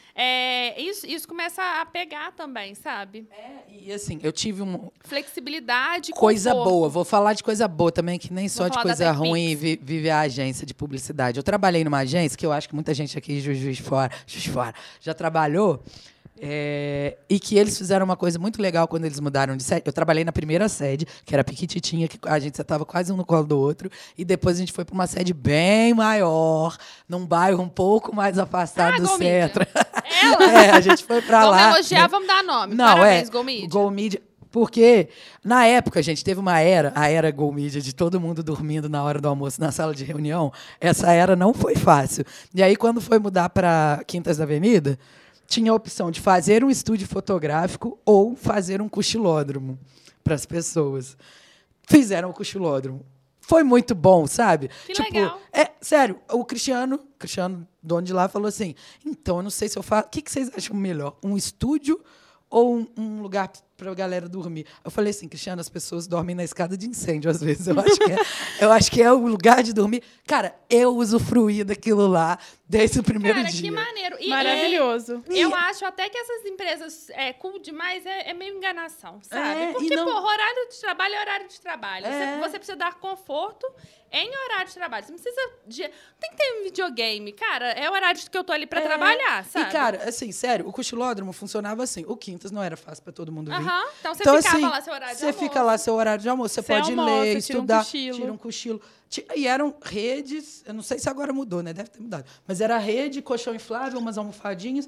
Isso começa a pegar também, sabe? E assim, eu tive uma Flexibilidade, coisa conforto. boa. Vou falar de coisa boa também, que nem só Vou de falar da coisa TechPix. ruim vive a agência de publicidade. Eu trabalhei numa agência, que eu acho que muita gente aqui, Juiz de Fora, já trabalhou, e que eles fizeram uma coisa muito legal quando eles mudaram de sede. Eu trabalhei na primeira sede, que era piquititinha, que a gente estava quase um no colo do outro, e depois a gente foi para uma sede bem maior, num bairro um pouco mais afastado do Gol Media. centro. Ela? A gente foi para Vamos lá. elogiar, vamos dar nome. Não, Parabéns, Gol Media. Gol Media. Porque, na época, gente, teve uma era, a era Gol Media, de todo mundo dormindo na hora do almoço na sala de reunião. Essa era não foi fácil. E aí, quando foi mudar para Quintas da Avenida, tinha a opção de fazer um estúdio fotográfico ou fazer um cochilódromo para as pessoas. Fizeram o cochilódromo. Foi muito bom, sabe? Que legal. Sério, o Cristiano, dono de lá, falou assim, então, eu não sei se eu faço... O que vocês acham melhor? Um estúdio ou um lugar para a galera dormir? Eu falei assim, Cristiano, as pessoas dormem na escada de incêndio, às vezes. Eu acho que é o lugar de dormir. Cara, eu usufruí daquilo lá desde o primeiro Cara, dia. que maneiro. Maravilhoso. Eu acho até que essas empresas cool demais é meio enganação, sabe? Porque, e não- porra, horário de trabalho é horário de trabalho. É. Você precisa dar conforto em horário de trabalho. Você não precisa tem que ter um videogame. Cara, é o horário que eu tô ali pra trabalhar, sabe? E, cara, assim, sério, o cochilódromo funcionava assim. O Quintas não era fácil para todo mundo vir. Aham. Então você Então, ficava assim, lá seu horário de você almoço. fica lá seu horário de almoço. Você Você pode almoça, ler, tira um estudar, cochilo. tira um cochilo. E eram redes, eu não sei se agora mudou, né? Deve ter mudado. Mas era rede, colchão inflável, umas almofadinhas,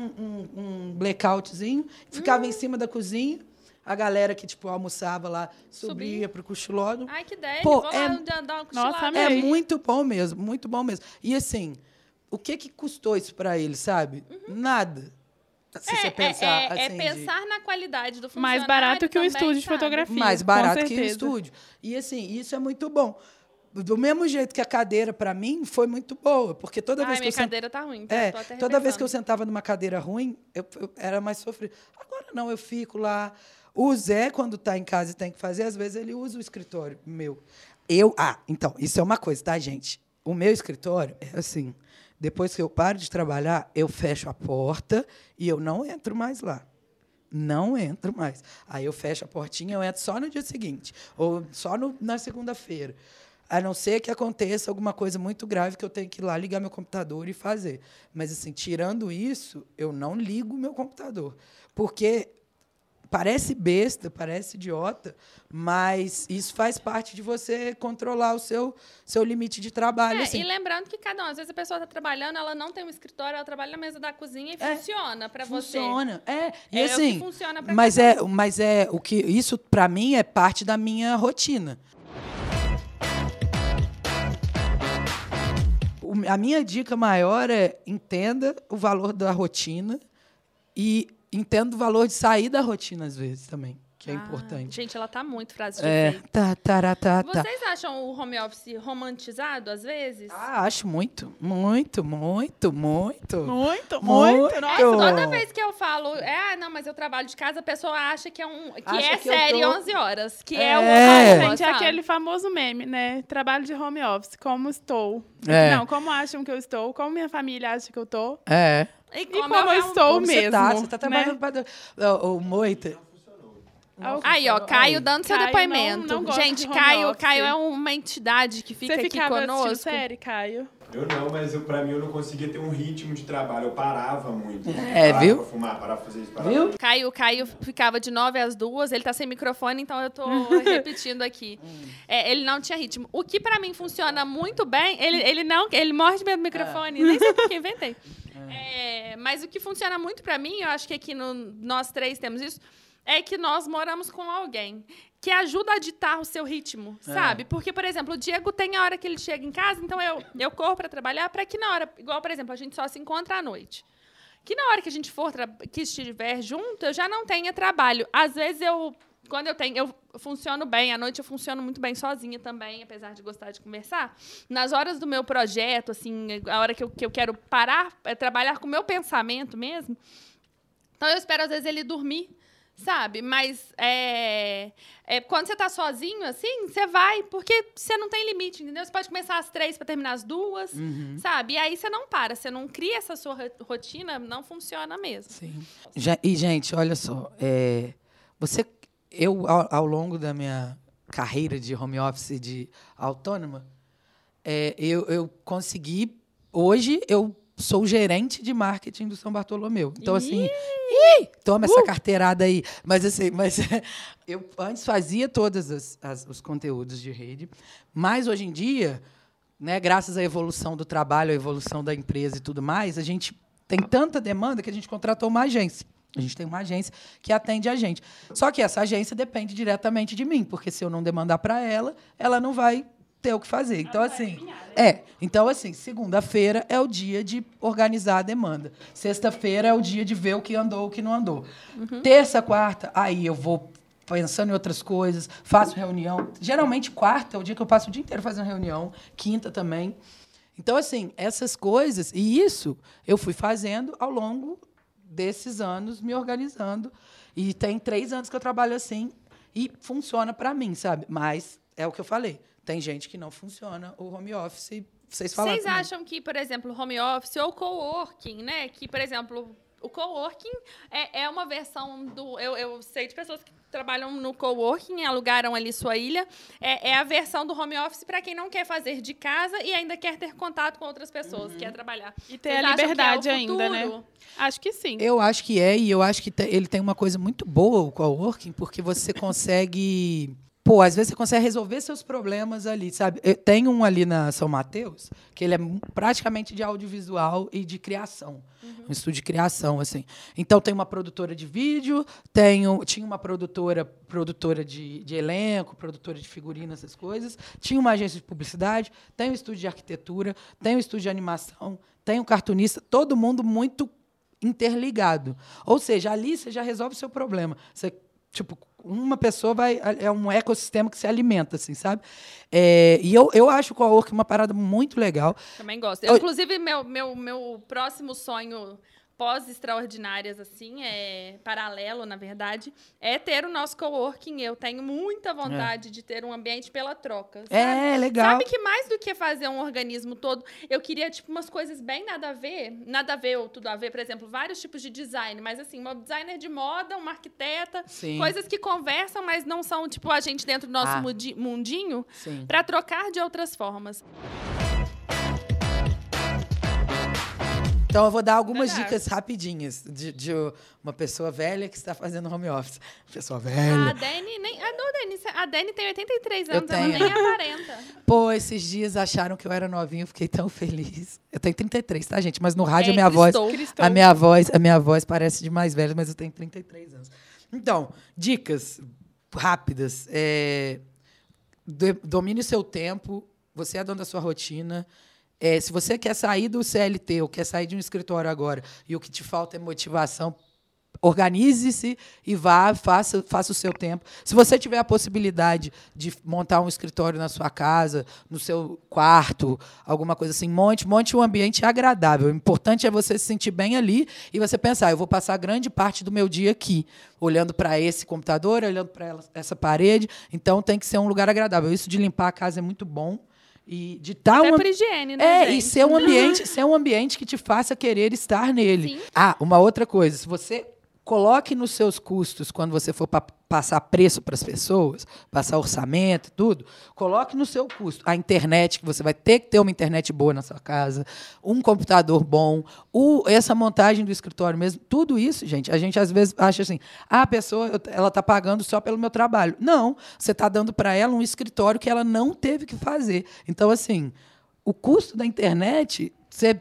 um blackoutzinho. Ficava em cima da cozinha. A galera que, tipo, almoçava lá, subia pro cochilódromo. Ai, que ideia. Pô, Vou lá dar uma Nossa, cochilada. amei. É muito bom mesmo. E assim, o que custou isso pra ele, sabe? Nada. Se você pensar assim, pensar na qualidade do funcionário. Mais barato que o também, estúdio de sabe? fotografia. mais com barato que o certeza. estúdio. E assim, isso é muito bom. Do mesmo jeito que a cadeira, pra mim, foi muito boa. Porque toda Ai, vez que minha eu sentava... cadeira tá ruim. Tá? Tô até toda vez que eu repensando. sentava numa cadeira ruim, eu era mais sofrido. Agora não, eu fico lá. O Zé, quando está em casa e tem que fazer, às vezes ele usa o escritório meu. Então, isso é uma coisa, tá, gente? O meu escritório é assim, depois que eu paro de trabalhar, eu fecho a porta e eu não entro mais lá. Não entro mais. Aí eu fecho a portinha, eu entro só no dia seguinte, ou só na segunda-feira. A não ser que aconteça alguma coisa muito grave que eu tenho que ir lá ligar meu computador e fazer. Mas, assim, tirando isso, eu não ligo o meu computador. Porque parece besta, parece idiota, mas isso faz parte de você controlar o seu limite de trabalho. Assim. E lembrando que às vezes a pessoa está trabalhando, ela não tem um escritório, ela trabalha na mesa da cozinha e funciona para você. Funciona, E é assim, o que funciona pra mas o que isso para mim é parte da minha rotina. A minha dica maior é entenda o valor da rotina e entenda o valor de sair da rotina às vezes também, que é importante. Gente, ela tá muito frase de efeito. Tá. Vocês acham o home office romantizado às vezes? Acho muito. Nossa, Toda vez que eu falo, não, mas eu trabalho de casa, a pessoa acha que é série 11 horas, que é o gente, é aquele famoso meme, né? Trabalho de home office, como estou? Não, como acham que eu estou? Como minha família acha que eu estou? E como eu estou como mesmo. Você tá trabalhando o Moita. Aí, ó, Caio dando seu Caio depoimento. não gosta Gente, de home Caio office. é uma entidade que fica Você aqui ficava assistindo conosco. série, Caio? Eu não, mas pra mim eu não conseguia ter um ritmo de trabalho. Eu parava muito. Viu? Pra fumar, parava pra fazer isso. Parava. Viu? Caio ficava de 9 às 2, ele tá sem microfone, então eu tô repetindo aqui. Ele não tinha ritmo. O que pra mim funciona muito bem, ele morre de medo do microfone, nem sei por que inventei. Mas o que funciona muito pra mim, eu acho que aqui nós três temos isso, é que nós moramos com alguém que ajuda a ditar o seu ritmo, sabe? Porque, por exemplo, o Diego tem a hora que ele chega em casa, então eu corro para trabalhar para que na hora... Igual, por exemplo, a gente só se encontra à noite. Que na hora que a gente que estiver junto, eu já não tenha trabalho. Às vezes, quando eu funciono bem, à noite eu funciono muito bem sozinha também, apesar de gostar de conversar. Nas horas do meu projeto, assim, a hora que eu quero parar, trabalhar com o meu pensamento mesmo, então eu espero, às vezes, ele dormir, sabe? Mas quando você tá sozinho, assim, você vai, porque você não tem limite, entendeu? Você pode começar às 3 para terminar às 2, sabe? E aí você não para, você não cria essa sua rotina, não funciona mesmo. Sim. E, gente, olha só, eu, ao longo da minha carreira de home office, de autônoma, eu consegui, hoje, eu sou gerente de marketing do São Bartolomeu. Então, assim, toma essa carteirada aí. Mas, assim, eu antes fazia todos os conteúdos de rede, mas hoje em dia, né, graças à evolução do trabalho, à evolução da empresa e tudo mais, a gente tem tanta demanda que a gente contratou uma agência. A gente tem uma agência que atende a gente. Só que essa agência depende diretamente de mim, porque se eu não demandar para ela, ela não vai ter o que fazer. Então, assim, segunda-feira é o dia de organizar a demanda. Sexta-feira é o dia de ver o que andou, o que não andou. Terça, quarta, aí eu vou pensando em outras coisas, faço reunião. Geralmente, quarta é o dia que eu passo o dia inteiro fazendo reunião. Quinta também. Então, assim, essas coisas, e isso eu fui fazendo ao longo desses anos, me organizando. E tem 3 anos que eu trabalho assim e funciona para mim, sabe? Mas é o que eu falei. Tem gente que não funciona o home office. Vocês acham que, por exemplo, home office ou coworking, né? Que, por exemplo, o coworking é uma versão do... Eu sei de pessoas que trabalham no coworking, alugaram ali sua ilha. É a versão do home office para quem não quer fazer de casa e ainda quer ter contato com outras pessoas, quer trabalhar. E ter a liberdade ainda, né? Acho que sim. Eu acho que e eu acho que ele tem uma coisa muito boa, o coworking, porque você consegue... às vezes você consegue resolver seus problemas ali, sabe? Tem um ali na São Mateus, que ele é praticamente de audiovisual e de criação. Um estúdio de criação, assim. Então, tem uma produtora de vídeo, tinha uma produtora de elenco, produtora de figurino, essas coisas. Tinha uma agência de publicidade, tem um estúdio de arquitetura, tem um estúdio de animação, tem um cartunista, todo mundo muito interligado. Ou seja, ali você já resolve o seu problema. Você, uma pessoa é um ecossistema que se alimenta, assim, sabe? E eu acho o coworking uma parada muito legal. Também gosto. Inclusive, meu próximo sonho pós-extraordinárias, assim, paralelo, na verdade, é ter o nosso coworking. Eu tenho muita vontade de ter um ambiente pela troca. Sabe? Legal. Sabe que mais do que fazer um organismo todo, eu queria, umas coisas bem nada a ver ou tudo a ver, por exemplo, vários tipos de design, mas assim, uma designer de moda, uma arquiteta, coisas que conversam, mas não são, a gente dentro do nosso mundinho, para trocar de outras formas. Então, eu vou dar algumas Legal. dicas rapidinhas de uma pessoa velha que está fazendo home office. Pessoa A velha. Dani nem. A Dani tem 83 Eu anos, ela tenho. nem aparenta. Pô, esses dias acharam que eu era novinho, eu fiquei tão feliz. Eu tenho 33, tá, gente? Mas no rádio É, a minha voz... Cristou. A minha voz parece de mais velha, mas eu tenho 33 anos. Então, dicas rápidas. Domine o seu tempo. Você é dono da sua rotina. Se você quer sair do CLT ou quer sair de um escritório agora e o que te falta é motivação, organize-se e faça o seu tempo. Se você tiver a possibilidade de montar um escritório na sua casa, no seu quarto, alguma coisa assim, monte um ambiente agradável. O importante é você se sentir bem ali e você pensar, eu vou passar grande parte do meu dia aqui, olhando para esse computador, olhando para essa parede. Então, tem que ser um lugar agradável. Isso de limpar a casa é muito bom. E de estar Até por higiene, né, gente? e ser um ambiente que te faça querer estar nele. Sim. Uma outra coisa, se você coloque nos seus custos, quando você for passar preço para as pessoas, passar orçamento e tudo, coloque no seu custo a internet, que você vai ter que ter uma internet boa na sua casa, um computador bom, essa montagem do escritório mesmo, tudo isso, gente, a gente às vezes acha assim, a pessoa ela está pagando só pelo meu trabalho. Não, você está dando para ela um escritório que ela não teve que fazer. Então, assim, o custo da internet...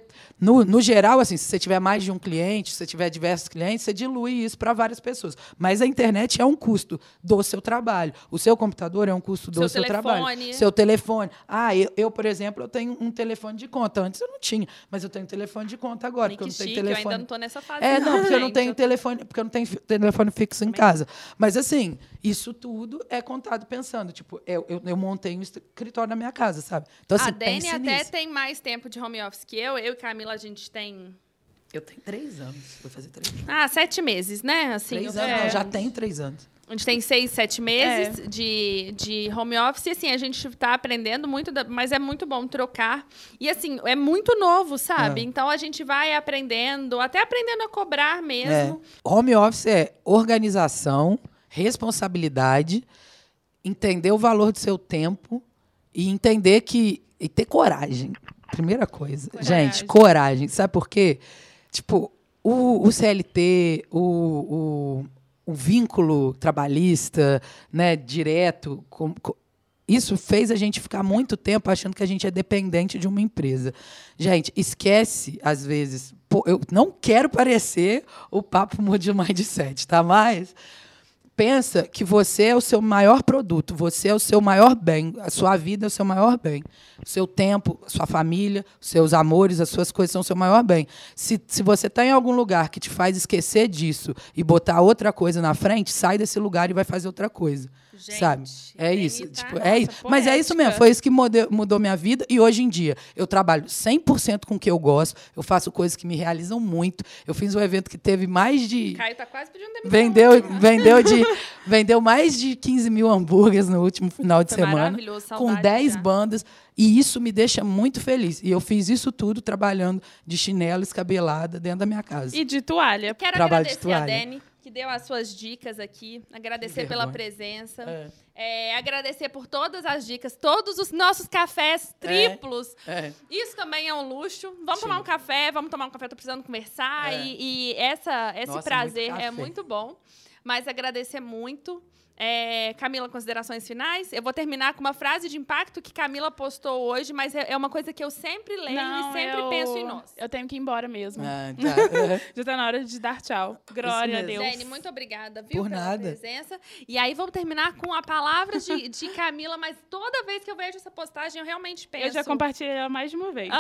No geral, assim, se você tiver mais de um cliente, se você tiver diversos clientes, você dilui isso para várias pessoas. Mas a internet é um custo do seu trabalho. O seu computador é um custo do seu trabalho. Seu telefone. Eu, por exemplo, eu tenho um telefone de conta. Antes eu não tinha, mas eu tenho telefone de conta agora, porque eu não tenho telefone. Eu ainda não tô nessa fase. Porque eu não tenho telefone, porque eu não tenho telefone fixo em casa. Mas assim, isso tudo é contado pensando, tipo, eu montei um escritório na minha casa, sabe? Então, assim, a Dani até nisso. tem mais tempo de home office que eu. Eu e Camila, a gente tem... Eu tenho 3 anos. Vou fazer 3 anos. 7 meses, né? Assim, 3 anos, não, já tenho 3 anos. A gente tem 6, 7 meses de home office. E, assim, a gente tá aprendendo muito, mas é muito bom trocar. E, assim, é muito novo, sabe? Então, a gente vai aprendendo, até aprendendo a cobrar mesmo. Home office é organização, responsabilidade, entender o valor do seu tempo e entender que... E ter coragem. Primeira coisa. Gente, coragem. Sabe por quê? Tipo, o CLT, o vínculo trabalhista, né, direto, isso fez a gente ficar muito tempo achando que a gente é dependente de uma empresa. Gente, esquece, às vezes... eu não quero parecer o papo de mindset, tá? Mas... pensa que você é o seu maior produto, você é o seu maior bem, a sua vida é o seu maior bem. O seu tempo, a sua família, os seus amores, as suas coisas são o seu maior bem. Se você está em algum lugar que te faz esquecer disso e botar outra coisa na frente, sai desse lugar e vai fazer outra coisa. Gente, sabe? É isso. tá, Tipo, é isso. Mas é isso mesmo. Foi isso que mudou minha vida. E hoje em dia, eu trabalho 100% com o que eu gosto. Eu faço coisas que me realizam muito. Eu fiz um evento que teve mais de... Caio tá quase pedindo demissão. Vendeu mais de 15 mil hambúrgueres no último final de semana. Com 10 bandas. E isso me deixa muito feliz. E eu fiz isso tudo trabalhando de chinelo escabelada dentro da minha casa. E de toalha. Quero Trabalho de agradecer a toalha. Dani, que deu as suas dicas aqui. Agradecer pela presença. Agradecer por todas as dicas, todos os nossos cafés triplos. Isso também é um luxo. Vamos tomar um café, tô precisando conversar. E esse prazer é muito bom. Mas agradecer muito. Camila, considerações finais? Eu vou terminar com uma frase de impacto que Camila postou hoje, mas é uma coisa que eu sempre leio e sempre penso em nós. Eu tenho que ir embora mesmo. Tá. Já tá na hora de dar tchau. Glória a Deus. Dani, muito obrigada, viu, Por pela nada. presença. E aí vamos terminar com a palavra de Camila, mas toda vez que eu vejo essa postagem, eu realmente penso... Eu já compartilhei ela mais de uma vez.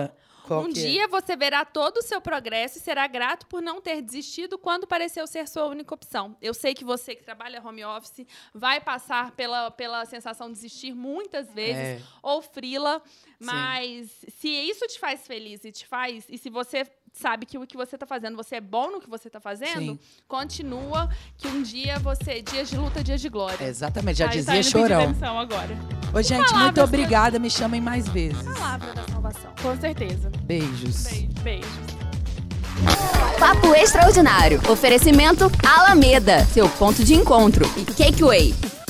Dia você verá todo o seu progresso e será grato por não ter desistido quando pareceu ser sua única opção. Eu sei que você que trabalha home office vai passar pela sensação de desistir muitas vezes, ou frila, mas se isso te faz feliz e se você sabe que o que você está fazendo, você é bom no que você está fazendo, continua, que um dia dias de luta, dias de glória. Exatamente, já dizia tá indo Chorão. pedir demissão agora. Ô, gente, muito obrigada. Me chamem mais vezes. Palavra da salvação. Com certeza. Beijos. Beijos. Papo Extraordinário. Oferecimento Alameda, seu ponto de encontro. E Cakeway.